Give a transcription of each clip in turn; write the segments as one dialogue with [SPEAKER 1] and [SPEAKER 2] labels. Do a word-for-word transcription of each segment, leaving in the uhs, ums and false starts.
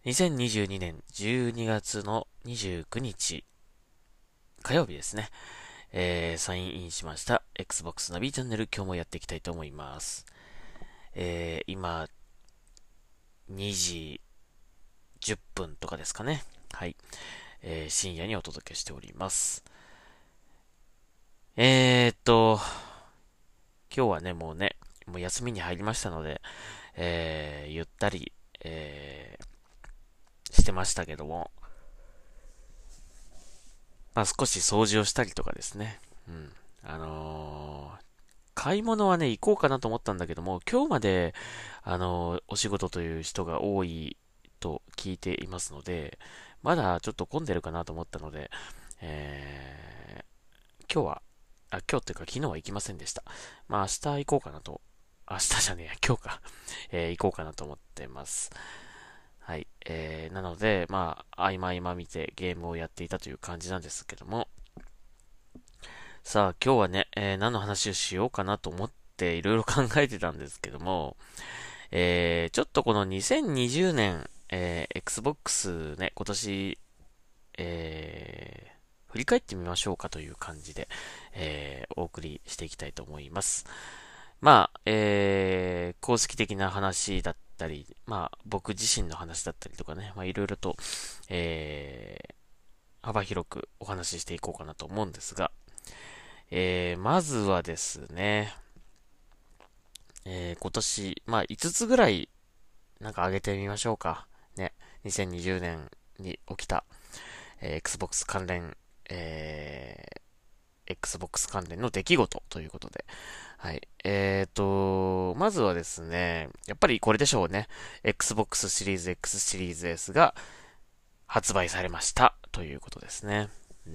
[SPEAKER 1] にせんにじゅうにねんじゅうにがつのにじゅうくにち火曜日ですね。えー、サインインしました Xbox ナビチャンネル、今日もやっていきたいと思います。えー、今にじじゅっぷんとかですかね。はい。えー、深夜にお届けしております。えーっと、今日はね、もうね、もう休みに入りましたので、えー、ゆったり、えー、してましたけども、まあ少し掃除をしたりとかですね。うん。あのー買い物はね、行こうかなと思ったんだけども、今日まで、あのーお仕事という人が多いと聞いていますので、まだちょっと混んでるかなと思ったので、えー、今日は、あ、今日っていうか昨日は行きませんでした。まあ明日行こうかなと、明日じゃねえや、今日か、えー行こうかなと思ってます。はい。えー、なので、まあ、合間合間見てゲームをやっていたという感じなんですけども、さあ、今日はね、えー何の話をしようかなと思っていろいろ考えてたんですけども、えーちょっとこのにせんにじゅうねん、えー Xbox ね、今年、えー振り返ってみましょうかという感じで、えーお送りしていきたいと思います。まあ、えー公式的な話だったり、まあ、僕自身の話だったりとかね、まあ、いろいろと、えー幅広くお話ししていこうかなと思うんですが、えー、まずはですね、えー、今年、まあ、いつつぐらい、なんか上げてみましょうか。ね。にせんにじゅうねんに起きた、えー Xbox 関連、えー Xbox 関連の出来事ということで。はい。えーと、まずはですね、やっぱりこれでしょうね。Xbox シリーズ X シリーズ S が発売されました。ということですね。うん、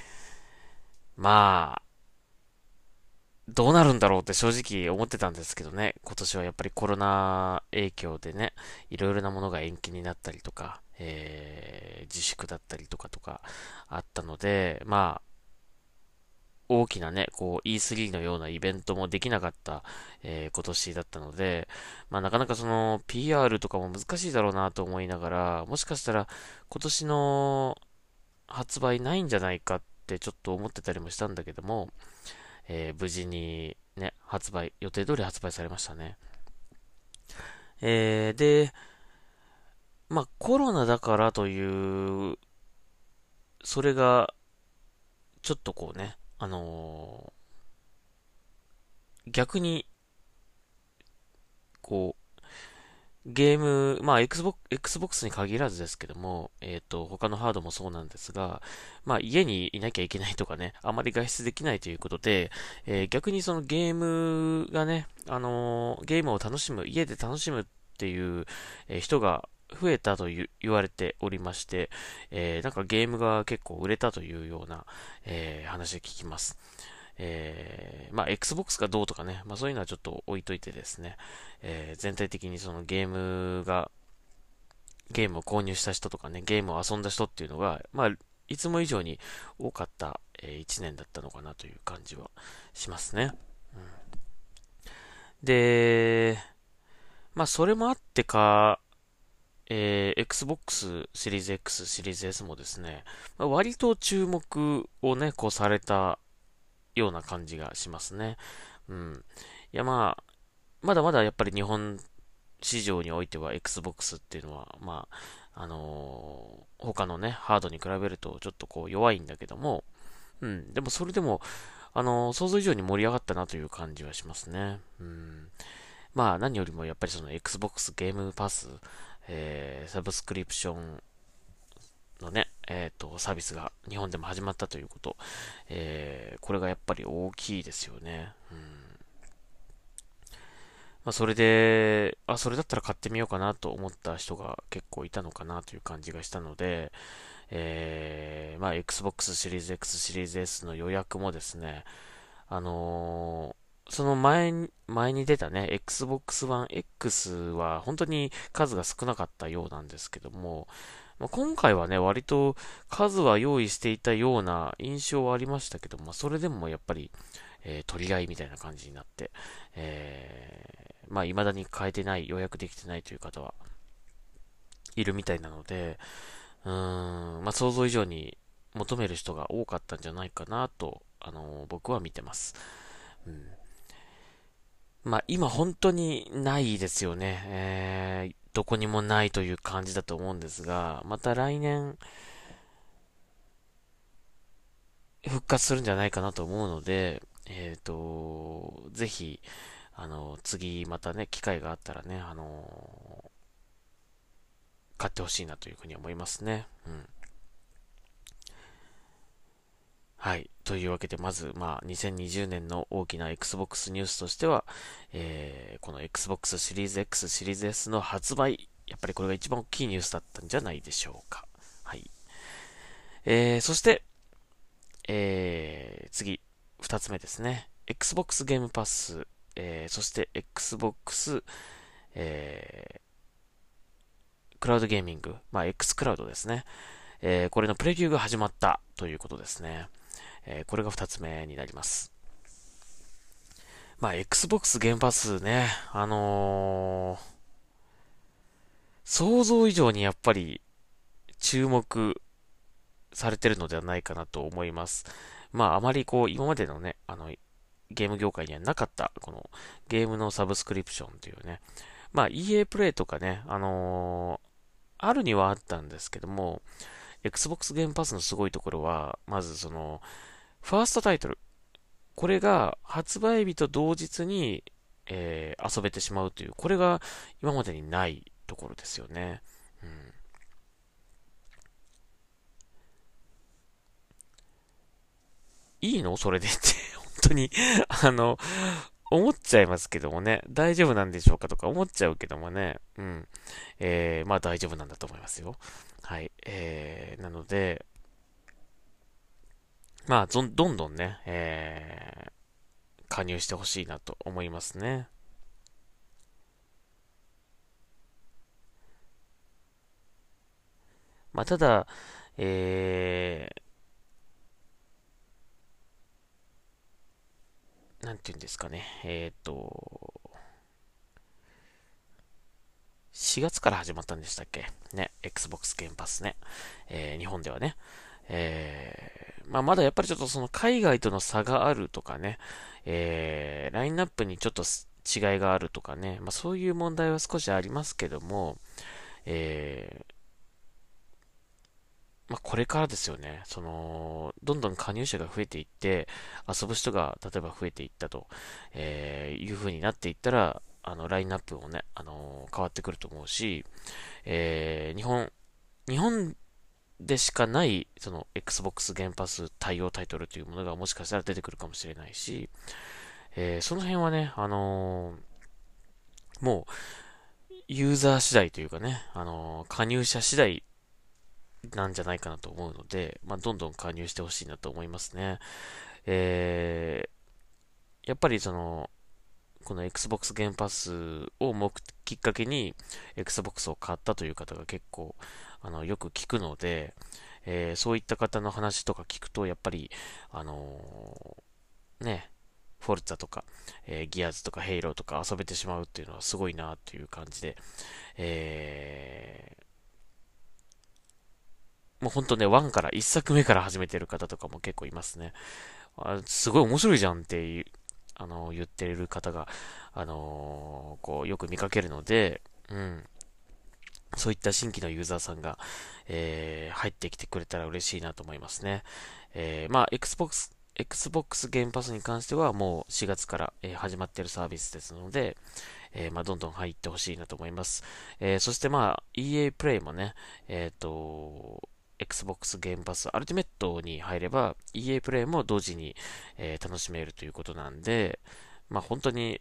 [SPEAKER 1] まあ、どうなるんだろうって正直思ってたんですけどね。今年はやっぱりコロナ影響でね、いろいろなものが延期になったりとか、えー、自粛だったりとかとかあったので、まあ、大きなね、こう イースリー のようなイベントもできなかった、えー今年だったので、まあなかなかその ピーアール とかも難しいだろうなと思いながら、もしかしたら今年の発売ないんじゃないかってちょっと思ってたりもしたんだけども、えー無事にね、発売、予定通り発売されましたね。えーで、まあコロナだからという、それがちょっとこうね、あのー逆に、こう、ゲーム、まあ Xbox、Xbox に限らずですけども、えっと、他のハードもそうなんですが、まあ家にいなきゃいけないとかね、あまり外出できないということで、えー逆にそのゲームがね、あのーゲームを楽しむ、家で楽しむっていう、えー人が増えたという言われておりまして、えーなんかゲームが結構売れたというような、えー話を聞きます。えーまあ、Xbox がどうとかね、まあそういうのはちょっと置いといてですね、えー全体的にそのゲームが、ゲームを購入した人とかね、ゲームを遊んだ人っていうのが、まあ、いつも以上に多かった、えー、いちねんだったのかなという感じはしますね。うん、で、まあそれもあってか、えー Xbox シリーズ X、シリーズ S もですね、まあ、割と注目をね、こうされたような感じがしますね。うん。いやまあ、まだまだやっぱり日本市場においては Xbox っていうのは、まあ、あのー他のね、ハードに比べるとちょっとこう弱いんだけども、うん。でもそれでも、あのー想像以上に盛り上がったなという感じはしますね。うん。まあ何よりもやっぱりその Xbox ゲームパス、えー、サブスクリプションのね、えっ、と、サービスが日本でも始まったということ、えー、これがやっぱり大きいですよね。うん。まあ、それで、あ、それだったら買ってみようかなと思った人が結構いたのかなという感じがしたので、えー、まあ、Xbox シリーズ X シリーズ S の予約もですね、あのーその前に、前に出たね、Xbox One X は本当に数が少なかったようなんですけども、まあ、今回はね、割と数は用意していたような印象はありましたけども、それでもやっぱり、えー取り合いみたいな感じになって、えーまあ、未だに買えてない、予約できてないという方はいるみたいなので、うーん、まあ、想像以上に求める人が多かったんじゃないかなと、あのー僕は見てます。うん。まあ、今本当にないですよね。えー、どこにもないという感じだと思うんですが、また来年復活するんじゃないかなと思うので、えっと、ぜひ、あの、次またね、機会があったらね、あの、買ってほしいなというふうに思いますね。うん。はい。というわけで、まず、まあ、にせんにじゅうねんの大きな Xbox ニュースとしては、えー、この Xbox シリーズ X、シリーズ S の発売、やっぱりこれが一番大きいニュースだったんじゃないでしょうか。はい。えー、そして、えー、次、二つ目ですね。Xbox ゲームパス、えー、そして Xbox、えー、クラウドゲーミング、まあ、X クラウドですね。えー、これのプレビューが始まったということですね。えー、これが二つ目になります。まあ、Xbox ゲームパスね、あのー、想像以上にやっぱり注目されてるのではないかなと思います。まあ、あまりこう、今までのね、あの、ゲーム業界にはなかった、このゲームのサブスクリプションというね。まあ、イーエー プレイとかね、あのーあるにはあったんですけども、Xbox ゲームパスのすごいところは、まずその、ファーストタイトル。これが発売日と同日に、えー遊べてしまうという、これが今までにないところですよね。うん。いいのそれでって本当にあの、思っちゃいますけどもね、大丈夫なんでしょうかとか思っちゃうけどもね、うん。えー、まあ大丈夫なんだと思いますよ。はい。えー、なので、まあ、どんどんどんね、えー、加入してほしいなと思いますね。まあ、ただ、えー、なんて言うんですかね。えっと、しがつから始まったんでしたっけね。Xbox ゲームパスね。えー、日本ではね。えー、まあ、まだやっぱりちょっとその海外との差があるとかね。えー、ラインナップにちょっと違いがあるとかね。まあ、そういう問題は少しありますけども、えー、まあ、これからですよね。その、どんどん加入者が増えていって、遊ぶ人が例えば増えていったと、えーいう風になっていったら、あの、ラインナップもね、あのー変わってくると思うし、えー日本、日本でしかない、その、Xbox ゲームパス対応タイトルというものがもしかしたら出てくるかもしれないし、えーその辺はね、あのーもう、ユーザー次第というかね、あのー加入者次第なんじゃないかなと思うので、まあ、どんどん加入してほしいなと思いますね。えー、やっぱりその、この Xbox ゲームパスを目きっかけに Xbox を買ったという方が結構、あの、よく聞くので、えーそういった方の話とか聞くと、やっぱり、あのーね、フォルツァとか、えーギアーズとかヘイローとか遊べてしまうっていうのはすごいなという感じで、えもうほんとね、ワンから、いっさくめから始めてる方とかも結構いますね。あ、すごい面白いじゃんっていう、あの、言ってる方が、あのーこう、よく見かけるので、うん。そういった新規のユーザーさんが、えー入ってきてくれたら嬉しいなと思いますね。えーまあ、Xbox、Xbox ゲームパスに関してはもうしがつから、えー始まっているサービスですので、えーまあ、どんどん入ってほしいなと思います。えーそしてまあ、イーエー プレイもね、えっと、Xbox ゲームパスアルティメットに入れば イーエー プレイも同時に、えー楽しめるということなんで、まあ本当に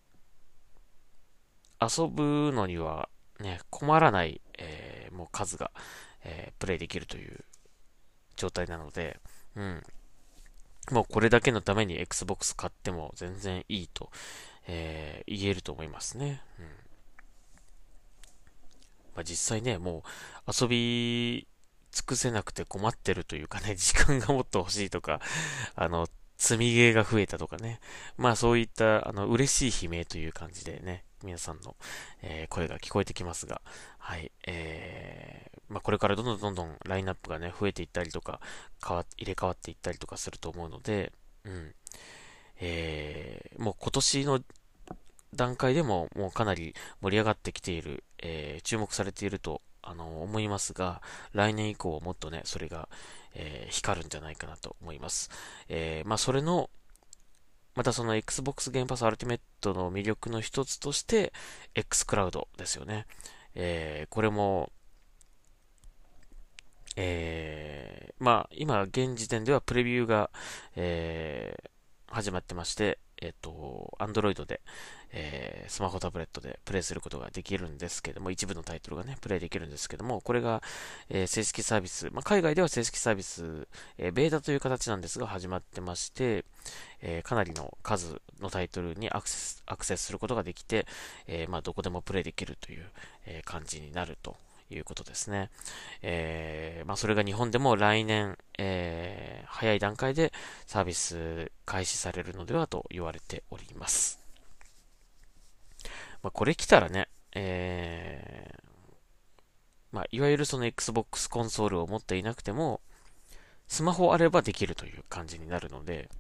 [SPEAKER 1] 遊ぶのにはね、困らない、えーもう数が、えープレイできるという状態なので、うん。もうこれだけのために Xbox 買っても全然いいと、えー言えると思いますね。うん。まあ、実際ね、もう遊び尽くせなくて困ってるというかね、時間がもっと欲しいとか、あの、 積みゲーが増えたとかね。まあそういった、あの、嬉しい悲鳴という感じでね、皆さんの、えー声が聞こえてきますが、はい、えー、まあこれからどんどんどんどんラインナップがね、増えていったりとか、変わ、入れ替わっていったりとかすると思うので、うん、えー、もう今年の段階でももうかなり盛り上がってきている、えー注目されていると、あの、思いますが、来年以降はもっとね、それが、えー光るんじゃないかなと思います。えーまあ、それの、またその Xbox Game Pass Ultimate の魅力の一つとして、X クラウドですよね。えーこれも、えーまあ、今、現時点ではプレビューが、えー始まってまして、えっと、Android で、えースマホタブレットでプレイすることができるんですけども、一部のタイトルがね、プレイできるんですけども、これが、えー正式サービス、まあ、海外では正式サービス、えーベータという形なんですが、始まってまして、えーかなりの数のタイトルにアクセス、アクセスすることができて、えーまあ、どこでもプレイできるという、えー感じになるということですね。えーまあ、それが日本でも来年、えー早い段階でサービス開始されるのではと言われております。まあ、これ来たらね、えーまあ、いわゆるその Xbox コンソールを持っていなくても、スマホあればできるという感じになるので、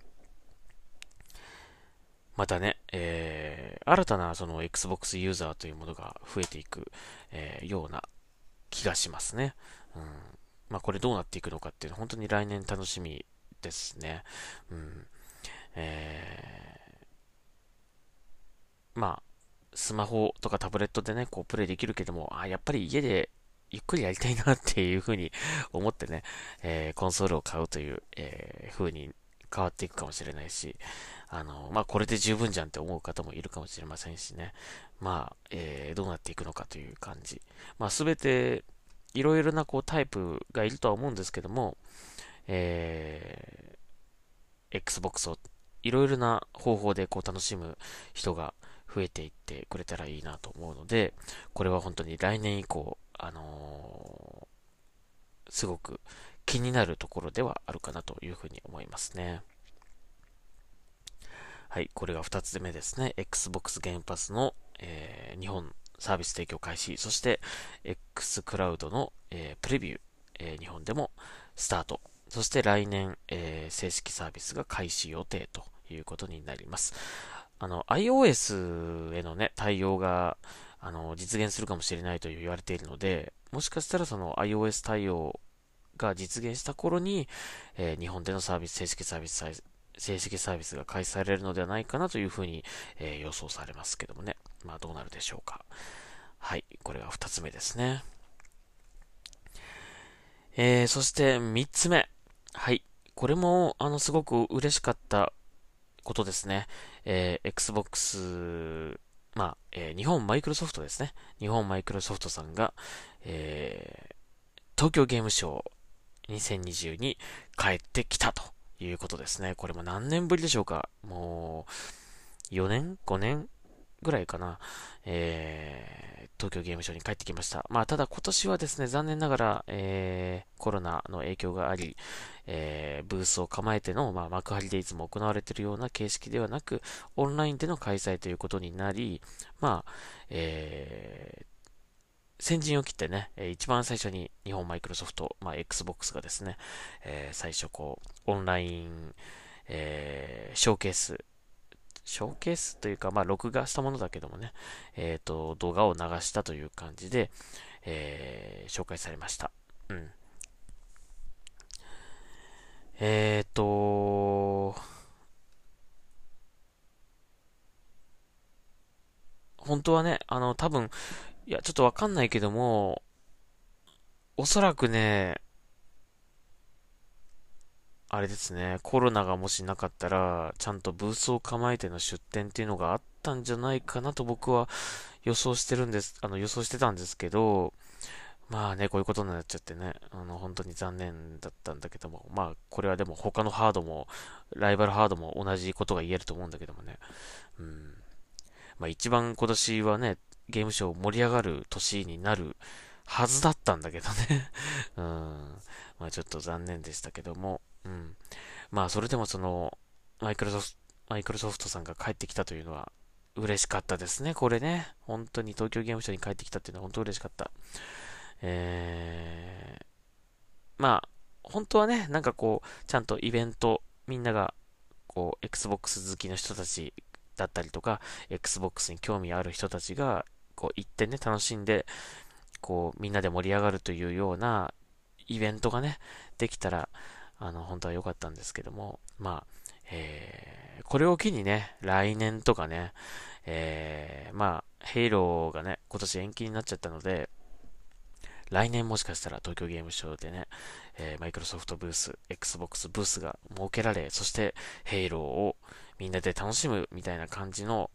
[SPEAKER 1] またね、えー新たなその Xbox ユーザーというものが増えていく、えーような気がしますね。うん。まあこれどうなっていくのかっていうのは本当に来年楽しみですね。うん。えー、まあ、スマホとかタブレットでね、こうプレイできるけども、あ、やっぱり家でゆっくりやりたいなっていうふうに思ってね、えーコンソールを買うという、えー、風に変わっていくかもしれないし、あの、まあ、これで十分じゃんって思う方もいるかもしれませんしね。まあ、えーどうなっていくのかという感じ。まあ、すべて、いろいろなこうタイプがいるとは思うんですけども、えー Xbox をいろいろな方法でこう楽しむ人が増えていってくれたらいいなと思うので、これは本当に来年以降、あのーすごく気になるところではあるかなというふうに思いますね。はい、これがふたつめですね。Xbox Game Pass の、えー日本サービス提供開始、そして X クラウドの、えープレビュー、えー日本でもスタート、そして来年、えー正式サービスが開始予定ということになります。あの、iOS へのね、対応が、あの、実現するかもしれないと言われているので、もしかしたらその iOS 対応が実現した頃に、えー日本でのサービス、正式サービス、正式サービスが開始されるのではないかなというふうに、えー予想されますけどもね。まあどうなるでしょうか。はい。これが二つ目ですね。えー、そして三つ目。はい。これも、あの、すごく嬉しかったことですね。えー、Xbox、まあ、えー日本マイクロソフトですね。日本マイクロソフトさんが、えー東京ゲームショーにせんにじゅうに帰ってきたということですね。これも何年ぶりでしょうか。もう、よねん ?ご 年ぐらいかな。えー、東京ゲームショウに帰ってきました。まあ、ただ今年はですね、残念ながら、えー、コロナの影響があり、えー、ブースを構えての、まあ、幕張でいつも行われているような形式ではなく、オンラインでの開催ということになり、まあ、えー、先陣を切ってね、えー一番最初に日本マイクロソフト、まあ、Xbox がですね、えー最初こう、オンライン、えーショーケース、ショーケースというか、まあ、録画したものだけどもね、えっと、動画を流したという感じで、えー紹介されました。うん。えっと、本当はね、あの、多分、いや、ちょっとわかんないけども、おそらくね、あれですね、コロナがもしなかったら、ちゃんとブースを構えての出店っていうのがあったんじゃないかなと僕は予想してるんです、あの予想してたんですけど、まあね、こういうことになっちゃってね、あの本当に残念だったんだけども、まあこれはでも他のハードも、ライバルハードも同じことが言えると思うんだけどもね、うん、まあ一番今年はね、ゲームショー盛り上がる年になるはずだったんだけどね、うん、まあちょっと残念でしたけども、 うん。まあ、それでもその、マイクロソフト、マイクロソフトさんが帰ってきたというのは、嬉しかったですね、これね。本当に東京ゲームショウに帰ってきたっていうのは本当嬉しかった。えー、まあ、本当はね、なんかこう、ちゃんとイベント、みんなが、こう、Xbox 好きの人たちだったりとか、Xbox に興味ある人たちが、こう、行ってね、楽しんで、こう、みんなで盛り上がるというようなイベントがね、できたら、あの、本当は良かったんですけども、まあ、えー、これを機にね、来年とかね、えー、まあ、ヘイローがね、今年延期になっちゃったので、来年もしかしたら東京ゲームショウでね、えー、マイクロソフトブース、Xbox ブースが設けられ、そしてヘイローをみんなで楽しむみたいな感じの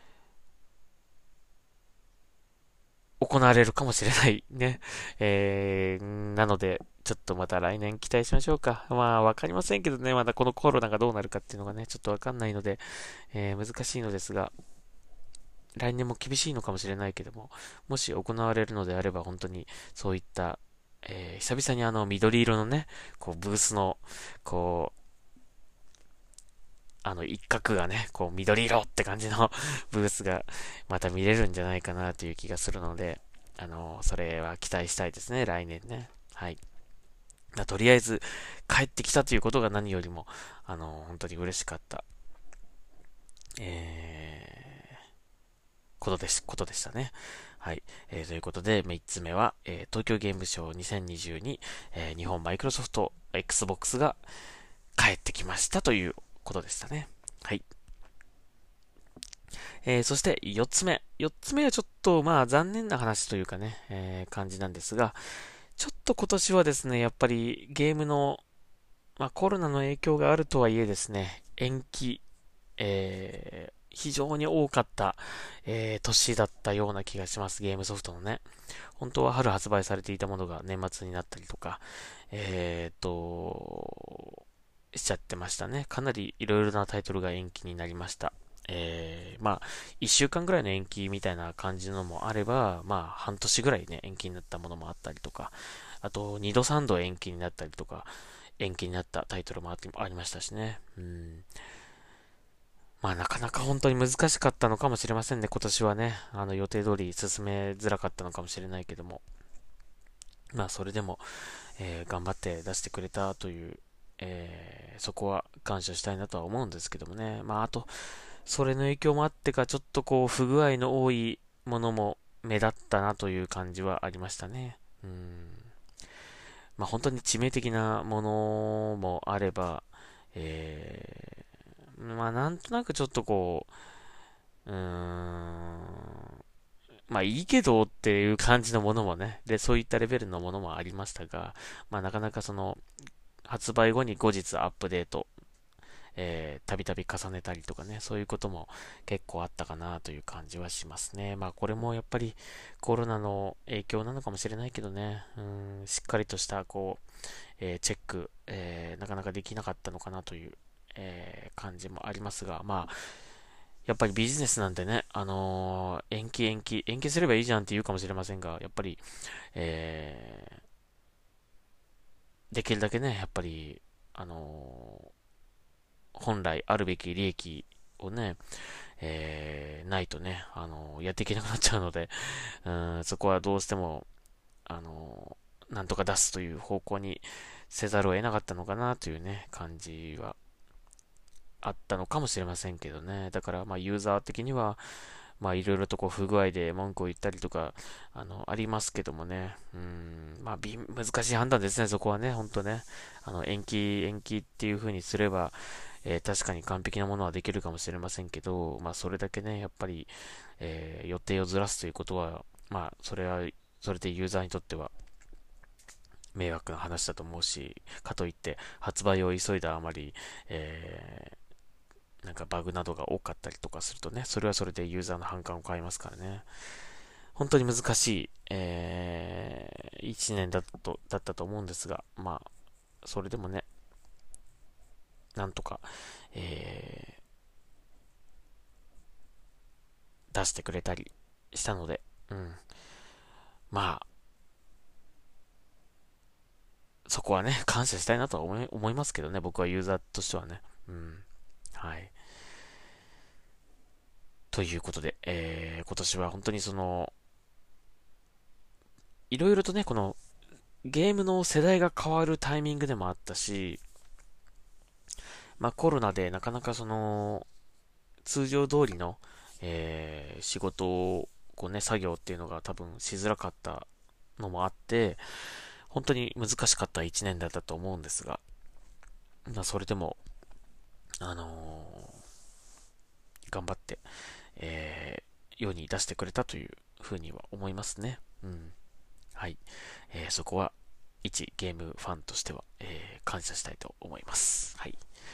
[SPEAKER 1] 行われるかもしれないね。えー、なので、ちょっとまた来年期待しましょうか。まあ、わかりませんけどね、まだこのコロナがどうなるかっていうのがね、ちょっとわかんないので、えー、難しいのですが、来年も厳しいのかもしれないけども、もし行われるのであれば、本当にそういった、えー、久々にあの緑色のね、こうブースの、こう、あの一角がね、こう緑色って感じのブースがまた見れるんじゃないかなという気がするので、あの、それは期待したいですね、来年ね。はい。まあとりあえず、帰ってきたということが何よりも、あの、本当に嬉しかった、えー、ことでし、ことでしたね。はい。えー、ということで、みっつめは、えー、東京ゲームショウにせんにじゅうに、えー、日本マイクロソフト Xbox が帰ってきましたということでしたね。はい。えー、そしてよっつめ。よっつめはちょっと、まあ、残念な話というかね、えー、感じなんですが、ちょっと今年はですね、やっぱりゲームの、まあ、コロナの影響があるとはいえですね、延期、えー、非常に多かった、えー、年だったような気がします、ゲームソフトのね。本当は春発売されていたものが年末になったりとか、えーと、しちゃってましたね。かなりいろいろなタイトルが延期になりました。えー、まあ、一週間ぐらいの延期みたいな感じのもあれば、まあ、半年ぐらいね、延期になったものもあったりとか、あと、二度三度延期になったりとか、延期になったタイトルもあってありましたしね。うん。まあ、なかなか本当に難しかったのかもしれませんね、今年はね。あの、予定通り進めづらかったのかもしれないけども。まあ、それでも、えー頑張って出してくれたという、えーそこは感謝したいなとは思うんですけどもね。まあ、あと、それの影響もあってか、ちょっとこう、不具合の多いものも目立ったなという感じはありましたね。うん。まあ、本当に致命的なものもあれば、えーまあ、なんとなくちょっとこう、うーん、まあいいけどっていう感じのものもね、で、そういったレベルのものもありましたが、まあなかなかその、発売後に後日アップデート、えー、たびたび重ねたりとかね、そういうことも結構あったかなという感じはしますね。まあこれもやっぱりコロナの影響なのかもしれないけどね、うん、しっかりとしたこう、えーチェック、えーなかなかできなかったのかなという、えー感じもありますが、まあやっぱりビジネスなんでね、あのー延期延期、延期すればいいじゃんって言うかもしれませんが、やっぱり、えーできるだけね、やっぱり、あのー本来あるべき利益をね、えーないとね、あのーやっていけなくなっちゃうので、うん、そこはどうしても、あのーなんとか出すという方向にせざるを得なかったのかなというね、感じはあったのかもしれませんけどね。だから、まあ、ユーザー的には、まあいろいろとこう不具合で文句を言ったりとか、あの、ありますけどもね。うん、まあび、難しい判断ですね、そこはね、本当ね。あの、延期、延期っていう風にすれば、えー確かに完璧なものはできるかもしれませんけど、まあそれだけね、やっぱり、えー予定をずらすということは、まあそれは、それでユーザーにとっては迷惑な話だと思うし、かといって発売を急いだあまり、えーなんかバグなどが多かったりとかするとね、それはそれでユーザーの反感を買いますからね。本当に難しい、えー、一年だったと、だったと思うんですが、まあ、それでもね、なんとか、えー、出してくれたりしたので、うん。まあ、 そこはね、感謝したいなとは思い、思いますけどね、僕はユーザーとしてはね。うん。はい。ということで、えー、今年は本当にその、いろいろとね、このゲームの世代が変わるタイミングでもあったし、まあコロナでなかなかその、通常通りの、えー仕事を、こうね、作業っていうのが多分しづらかったのもあって、本当に難しかった一年だったと思うんですが、まあそれでも、あのー頑張って、えー世に出してくれたというふうには思いますね。うん。はい。えーそこは、一ゲームファンとしては、えー感謝したいと思います。はい。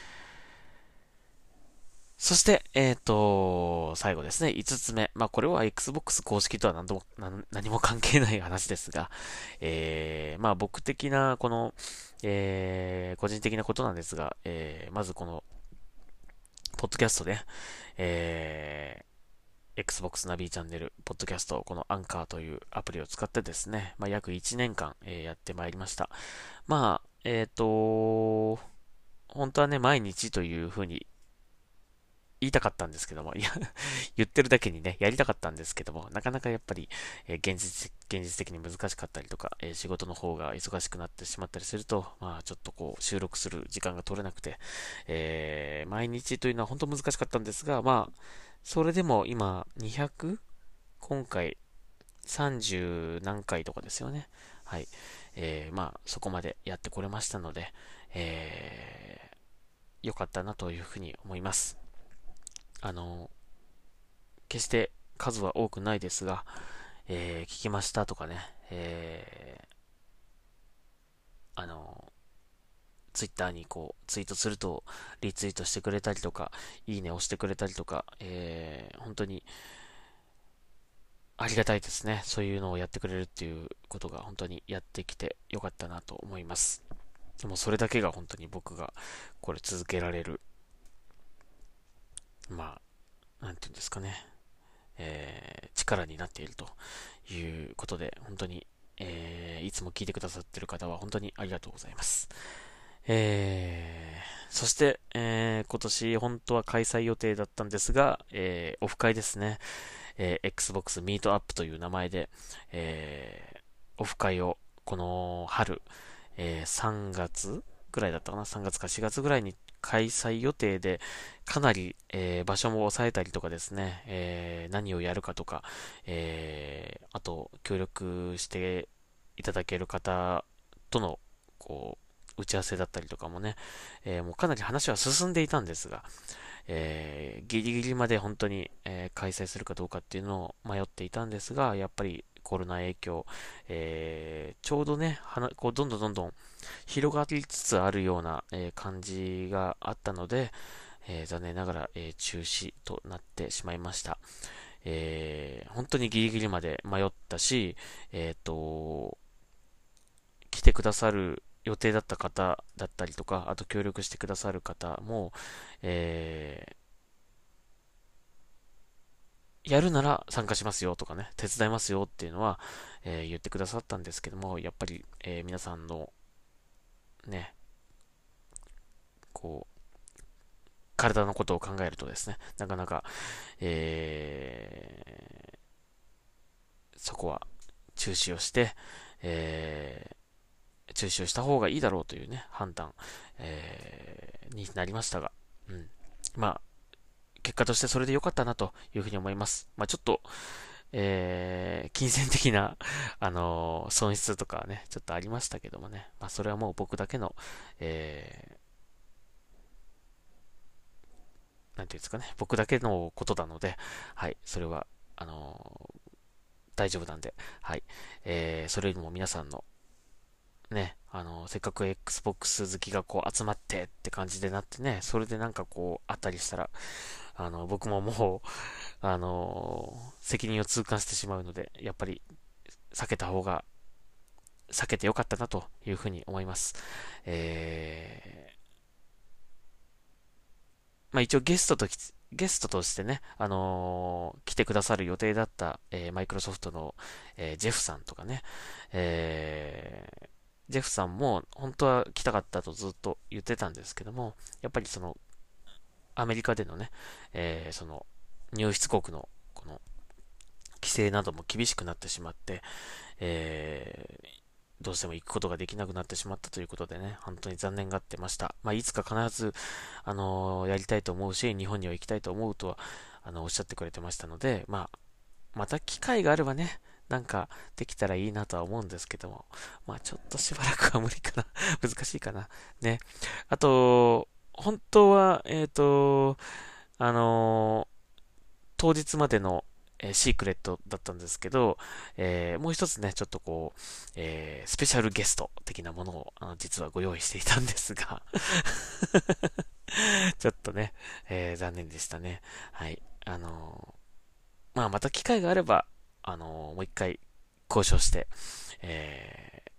[SPEAKER 1] そして、えっと、最後ですね、五つ目。まあ、これは Xbox 公式とは何とも、何何も関係ない話ですが、えー、まあ、僕的な、この、えー、個人的なことなんですが、えー、まずこの、ポッドキャストで、えー、Xbox ナビチャンネル、ポッドキャスト、このアンカーというアプリを使ってですね、まあ、約いちねんかん、えーやってまいりました。まあ、えっと、本当はね、毎日というふうに言いたかったんですけども、いや言ってるだけにね、やりたかったんですけども、なかなかやっぱり、えー現実、現実的に難しかったりとか、えー仕事の方が忙しくなってしまったりすると、まあちょっとこう、収録する時間が取れなくて、えー毎日というのは本当難しかったんですが、まあ、それでも今、にひゃく? 今回、さんじゅう何回とかですよね。はい。えーまあ、そこまでやってこれましたので、えー、よかったなというふうに思います。あの、決して数は多くないですが、えー聞きましたとかね、えーあの、ツイッターにこう、ツイートすると、リツイートしてくれたりとか、いいね押してくれたりとか、えー本当にありがたいですね。そういうのをやってくれるっていうことが本当にやってきてよかったなと思います。でもそれだけが本当に僕がこれ続けられる、まあ、なんていうんですかね、えー力になっているということで、本当に、えーいつも聞いてくださっている方は本当にありがとうございます。えー、そして、えー今年本当は開催予定だったんですが、えーオフ会ですね、えー Xbox Meet Up という名前で、えーオフ会をこの春、えーさんがつぐらいだったかな？ さん 月かしがつぐらいに開催予定で、かなり、えー場所も抑えたりとかですね、えー何をやるかとか、えーあと、協力していただける方との、こう、打ち合わせだったりとかもね、えーもうかなり話は進んでいたんですが、えーギリギリまで本当に、えー開催するかどうかっていうのを迷っていたんですが、やっぱりコロナ影響、えーちょうどね、はなこうどんどんどんどん広がりつつあるような、えー感じがあったので、えー残念ながら、えー中止となってしまいました。えー本当にギリギリまで迷ったし、えっと、来てくださる予定だった方だったりとか、あと協力してくださる方も、えーやるなら参加しますよとかね、手伝いますよっていうのは、えー言ってくださったんですけども、やっぱり、えー皆さんのね、こう、体のことを考えるとですね、なかなか、えーそこは中止をして、えー中止をした方がいいだろうというね、判断、えーになりましたが、うん。まあ、結果としてそれで良かったなというふうに思います。まあちょっと、えー、金銭的な、あのー損失とかはね、ちょっとありましたけどもね。まあそれはもう僕だけの、えー、なんていうんですかね、僕だけのことなので、はい、それは、あのー大丈夫なんで、はい。えー、それよりも皆さんのね、あの、せっかく Xbox 好きがこう集まってって感じでなってね、それでなんかこうあったりしたら、あの、僕ももう、あの、責任を痛感してしまうので、やっぱり避けた方が、避けてよかったなというふうに思います。えー、まあ一応ゲストとき、ゲストとしてね、あのー来てくださる予定だった、えーマイクロソフトの、えージェフさんとかね、えジェフさんも本当は来たかったとずっと言ってたんですけども、やっぱりそのアメリカでのね、えーその入出国のこの規制なども厳しくなってしまって、えーどうしても行くことができなくなってしまったということでね、本当に残念がってました。まあ、いつか必ず、あのーやりたいと思うし、日本には行きたいと思うとは、あの、おっしゃってくれてましたので、まあ、また機会があればね、なんかできたらいいなとは思うんですけども、まあ、ちょっとしばらくは無理かな。難しいかな。ね。あと、本当は、えっと、あのー当日までの、えーシークレットだったんですけど、えーもう一つね、ちょっとこう、えースペシャルゲスト的なものを、あの、実はご用意していたんですがちょっとね、えー残念でしたね。はい。あのーまあ、また機会があれば、あのーもう一回交渉して、えー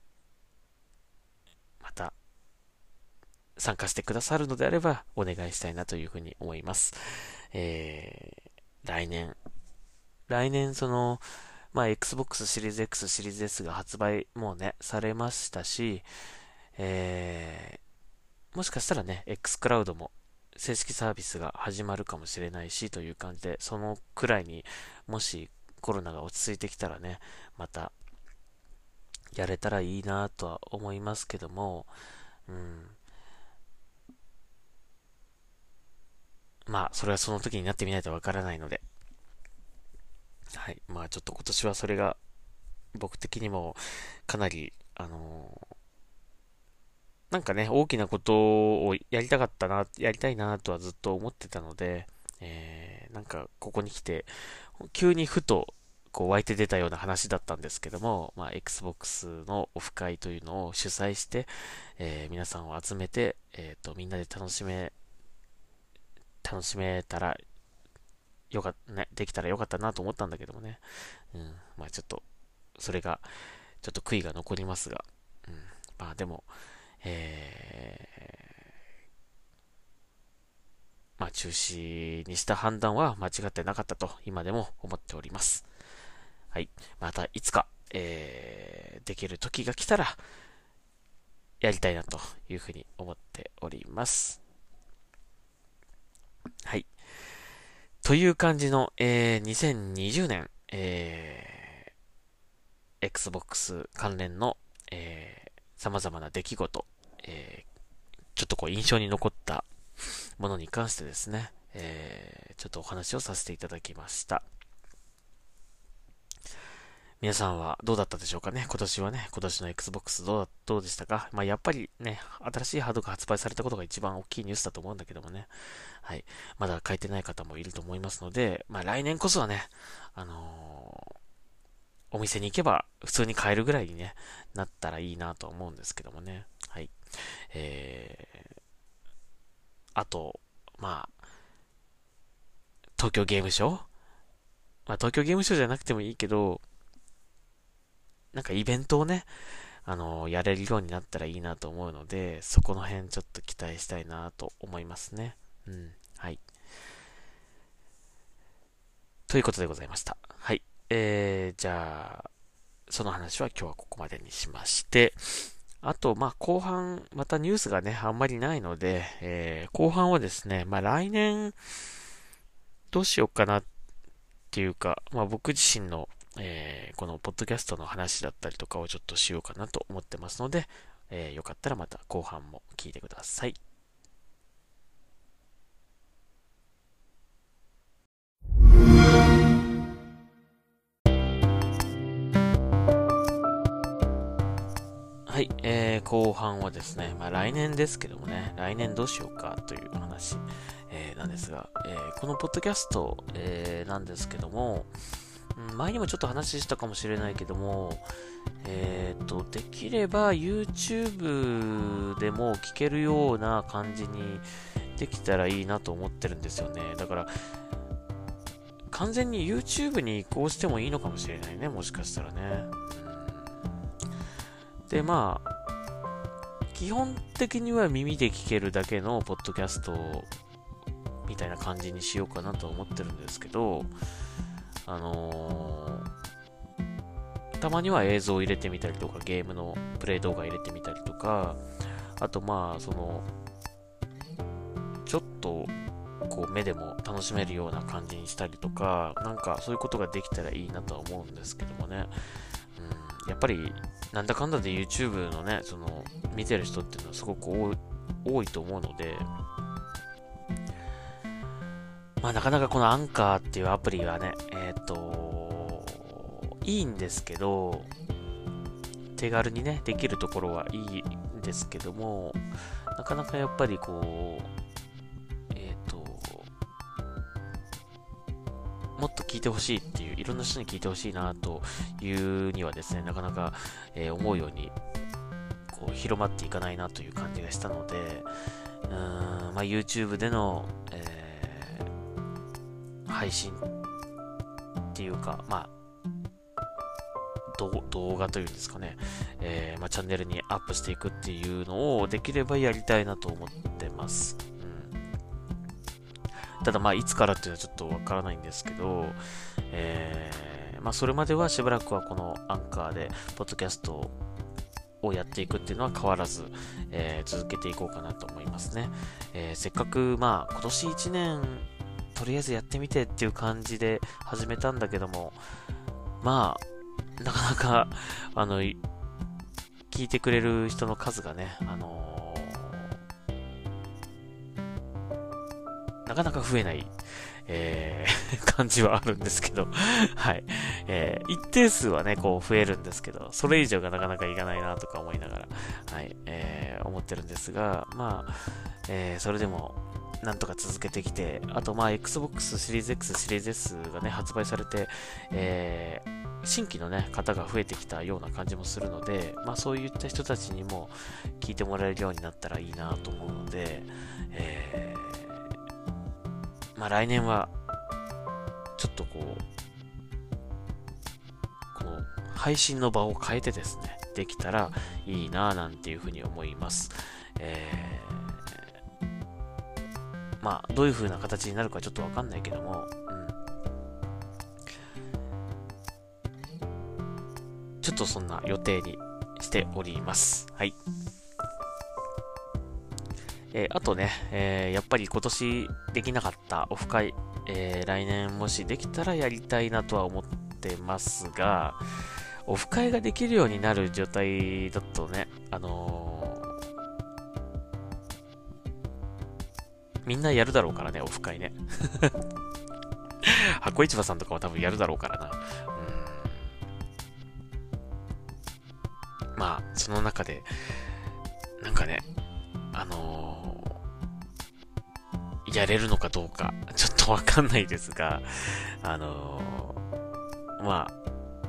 [SPEAKER 1] また参加してくださるのであれば、お願いしたいなというふうに思います。えー来年、来年その、まあ、Xbox シリーズ X、シリーズ S が発売もうね、されましたし、えー、もしかしたらね、X クラウドも正式サービスが始まるかもしれないしという感じで、そのくらいにもしコロナが落ち着いてきたらね、またやれたらいいなとは思いますけども、うん、まあ、それはその時になってみないとわからないので、はい、まあちょっと今年はそれが僕的にもかなり、あのーなんかね、大きなことをやりたかったな、やりたいなとはずっと思ってたので、えー、なんかここに来て、急にふとこう湧いて出たような話だったんですけども、まあ、Xbox のオフ会というのを主催して、えー皆さんを集めて、えっと、みんなで楽しめ、楽しめたらよかった、ね、できたらよかったなと思ったんだけどもね。うん、まあちょっと、それが、ちょっと悔いが残りますが、うん、まあでも、えー、まあ中止にした判断は間違ってなかったと今でも思っております。はい。またいつか、えー、できる時が来たらやりたいなというふうに思っております。はい。という感じの、えー、にせんにじゅうねん、えー、Xbox 関連の、えー、様々な出来事、えー、ちょっとこう印象に残ったものに関してですね、えー、ちょっとお話をさせていただきました。皆さんはどうだったでしょうかね。今年はね、今年の Xbox どう、どうでしたか。まあやっぱりね、新しいハードが発売されたことが一番大きいニュースだと思うんだけどもね。はい。まだ書いてない方もいると思いますので、まあ来年こそはね、あのーお店に行けば普通に買えるぐらいにね、なったらいいなと思うんですけどもね。はい。えー、あと、まあ、東京ゲームショウ、まあ東京ゲームショウじゃなくてもいいけど、なんかイベントをね、あのやれるようになったらいいなと思うので、そこの辺ちょっと期待したいなと思いますね。うん。はい。ということでございました。はい。えー、じゃあ、その話は今日はここまでにしまして、あと、まあ、後半、またニュースがね、あんまりないので、えー、後半はですね、まあ、来年、どうしようかなっていうか、まあ、僕自身の、えー、このポッドキャストの話だったりとかをちょっとしようかなと思ってますので、えー、よかったらまた後半も聞いてください。はい、えー、後半はですね、まあ来年ですけどもね、来年どうしようかという話、えー、なんですが、えー、このポッドキャスト、えー、なんですけども、うん、前にもちょっと話したかもしれないけども、えーと、できれば YouTube でも聞けるような感じにできたらいいなと思ってるんですよね。だから、完全に YouTube に移行してもいいのかもしれないね、もしかしたらね。で、まあ、基本的には耳で聞けるだけのポッドキャストみたいな感じにしようかなと思ってるんですけど、あのーたまには映像を入れてみたりとか、ゲームのプレイ動画入れてみたりとか、あとまあ、その、ちょっと、こう目でも楽しめるような感じにしたりとか、なんかそういうことができたらいいなとは思うんですけどもね。うん、やっぱり、なんだかんだで YouTube のね、その、見てる人っていうのはすごく多い、多いと思うので、まあなかなかこのアンカーっていうアプリはね、えっと、いいんですけど、手軽にね、できるところはいいんですけども、なかなかやっぱりこう、えっと、もっと聞いてほしいっていう、いろんな人に聞いてほしいなというにはですね、なかなか、えー思うようにこう広まっていかないなという感じがしたので、うーん、まあ、YouTube での、えー配信っていうか、まあ、動動画というんですかね、えーまあ、チャンネルにアップしていくっていうのをできればやりたいなと思ってます。うん、ただまあいつからっていうのはちょっとわからないんですけど、えーまあ、それまではしばらくはこのアンカーでポッドキャストをやっていくっていうのは変わらず、えー続けていこうかなと思いますね。えーせっかくまあ今年いちねんとりあえずやってみてっていう感じで始めたんだけども、まあなかなかあのい聞いてくれる人の数がね、あのーなかなか増えない、えー感じはあるんですけど、はい。えー一定数はね、こう増えるんですけど、それ以上がなかなかいかないなとか思いながら、はい、えー思ってるんですが、まあ、えーそれでも、なんとか続けてきて、あとまあ Xbox シリーズ X、シリーズ S がね、発売されて、えー新規のね、方が増えてきたような感じもするので、まあそういった人たちにも聞いてもらえるようになったらいいなと思うので、えーまあ来年は、ちょっとこう、この配信の場を変えてですね、できたらいいなぁなんていうふうに思います。えー、まあ、どういう風な形になるかちょっとわかんないけども、うん、ちょっとそんな予定にしております。はい。えーあとね、えーやっぱり今年できなかったオフ会、えー来年もしできたらやりたいなとは思ってますが、オフ会ができるようになる状態だとね、あのーみんなやるだろうからね、オフ会ね。箱市場さんとかも多分やるだろうからな。うん、まあ、その中で、なんかね、あのーやれるのかどうか、ちょっとわかんないですが、あのーまあ、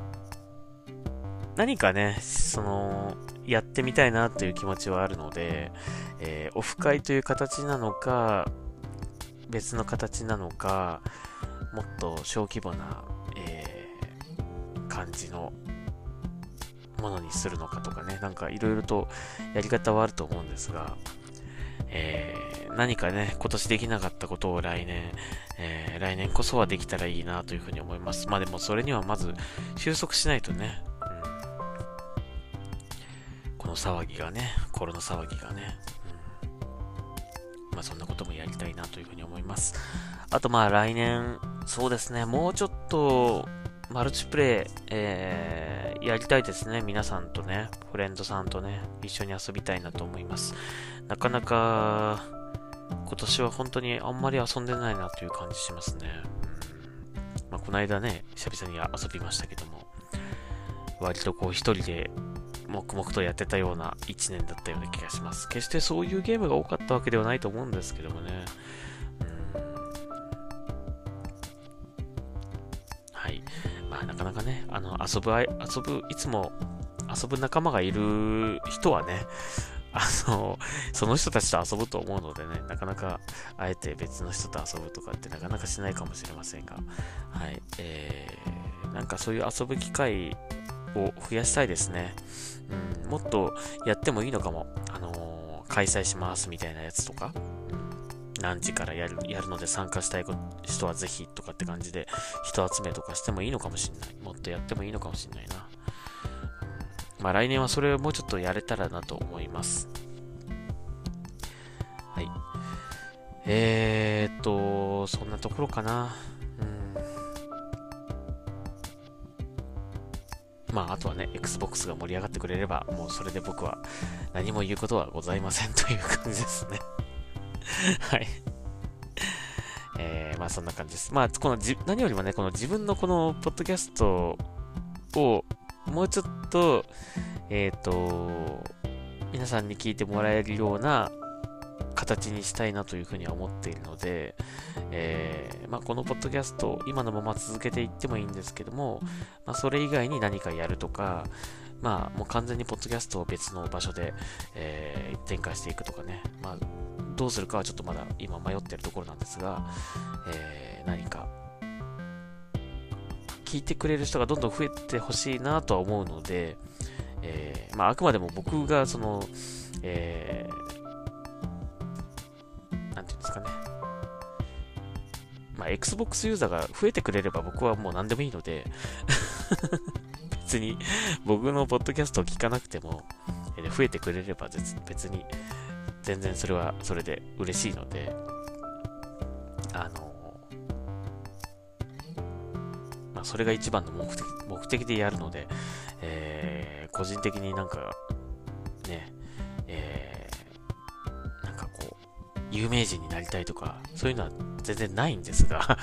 [SPEAKER 1] 何かね、その、やってみたいなという気持ちはあるので、えーオフ会という形なのか、別の形なのか、もっと小規模な、えー感じのものにするのかとかね、なんかいろいろとやり方はあると思うんですが、えー何かね、今年できなかったことを来年、えー来年こそはできたらいいなというふうに思います。まあでもそれにはまず収束しないとね、この騒ぎがね、コロナ騒ぎがね、うん、まあそんなこともやりたいなというふうに思います。あとまあ来年、そうですね、もうちょっとマルチプレイ、えーやりたいですね。皆さんとね、フレンドさんとね、一緒に遊びたいなと思います。なかなか、今年は本当にあんまり遊んでないなという感じしますね。うん、まあこの間ね、久々に遊びましたけども、割とこう一人で黙々とやってたような一年だったような気がします。決してそういうゲームが多かったわけではないと思うんですけどもね。うん、はい。まあなかなかね、あの、遊ぶ、遊ぶ、いつも遊ぶ仲間がいる人はね、あの、その人たちと遊ぶと思うのでね、なかなか、あえて別の人と遊ぶとかってなかなかしないかもしれませんが、はい。えー、なんかそういう遊ぶ機会を増やしたいですね。うん、もっとやってもいいのかも。あのー開催しますみたいなやつとか、何時からやる、やるので参加したい人はぜひとかって感じで人集めとかしてもいいのかもしれない。もっとやってもいいのかもしれないな。 まあ来年はそれをもうちょっとやれたらなと思います。はい。えーっと、そんなところかな。うん。まあ、あとはね、Xbox が盛り上がってくれれば、もうそれで僕は何も言うことはございませんという感じですね。はい。えー、まあそんな感じです。まあ、このじ、何よりもね、この自分のこのポッドキャストをもうちょっと、えっと、皆さんに聞いてもらえるような形にしたいなというふうには思っているので、えーまあ、このポッドキャスト、今のまま続けていってもいいんですけども、まあ、それ以外に何かやるとか、まあ、もう完全にポッドキャストを別の場所で、えー展開していくとかね、まあ、どうするかはちょっとまだ今迷ってるところなんですが、えー何か聞いてくれる人がどんどん増えてほしいなとは思うので、えーまあ、あくまでも僕がその、えーなんていうんですかね、まあ、Xbox ユーザーが増えてくれれば僕はもう何でもいいので別に僕のポッドキャストを聞かなくても、えー増えてくれれば別に全然それはそれで嬉しいので、あのまあ、それが一番の目的、目的でやるので、えー個人的になんかね、えーなんかこう有名人になりたいとかそういうのは全然ないんですが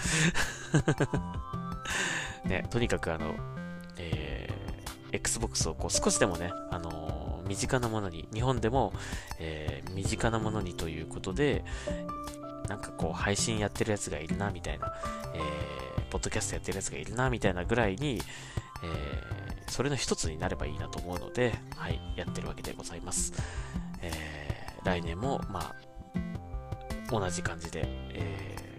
[SPEAKER 1] ね、とにかくあの、えー Xbox をこう少しでもね、あのー身近なものに、日本でも、えー身近なものにということで、なんかこう配信やってるやつがいるなみたいな、えーポッドキャストやってるやつがいるなみたいなぐらいに、えーそれの一つになればいいなと思うので、はい、やってるわけでございます。えー来年も、まあ、同じ感じで、えー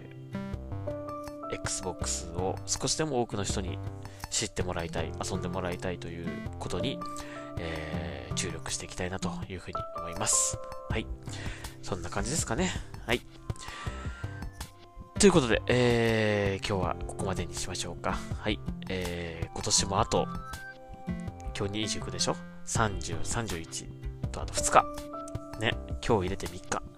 [SPEAKER 1] Xbox を少しでも多くの人に知ってもらいたい、遊んでもらいたいということに、えー注力していきたいなというふうに思います。はい。そんな感じですかね。はい。ということで、えー今日はここまでにしましょうか。はい。えー今年もあと、今日にじゅうくでしょ ?さんじゅう、さんじゅういちとあとふつか。ね。今日入れてみっか。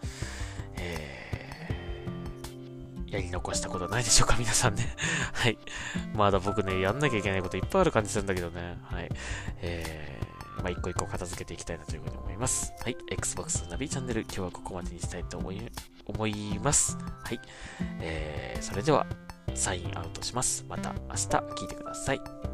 [SPEAKER 1] えーやり残したことないでしょうか皆さんね。はい。まだ僕ね、やんなきゃいけないこといっぱいある感じするんだけどね。はい。えー、まあ、一個一個片付けていきたいなというふうに思います。はい。Xbox ナビチャンネル、今日はここまでにしたいと思い、思います。はい。えー、それでは、サインアウトします。また明日聞いてください。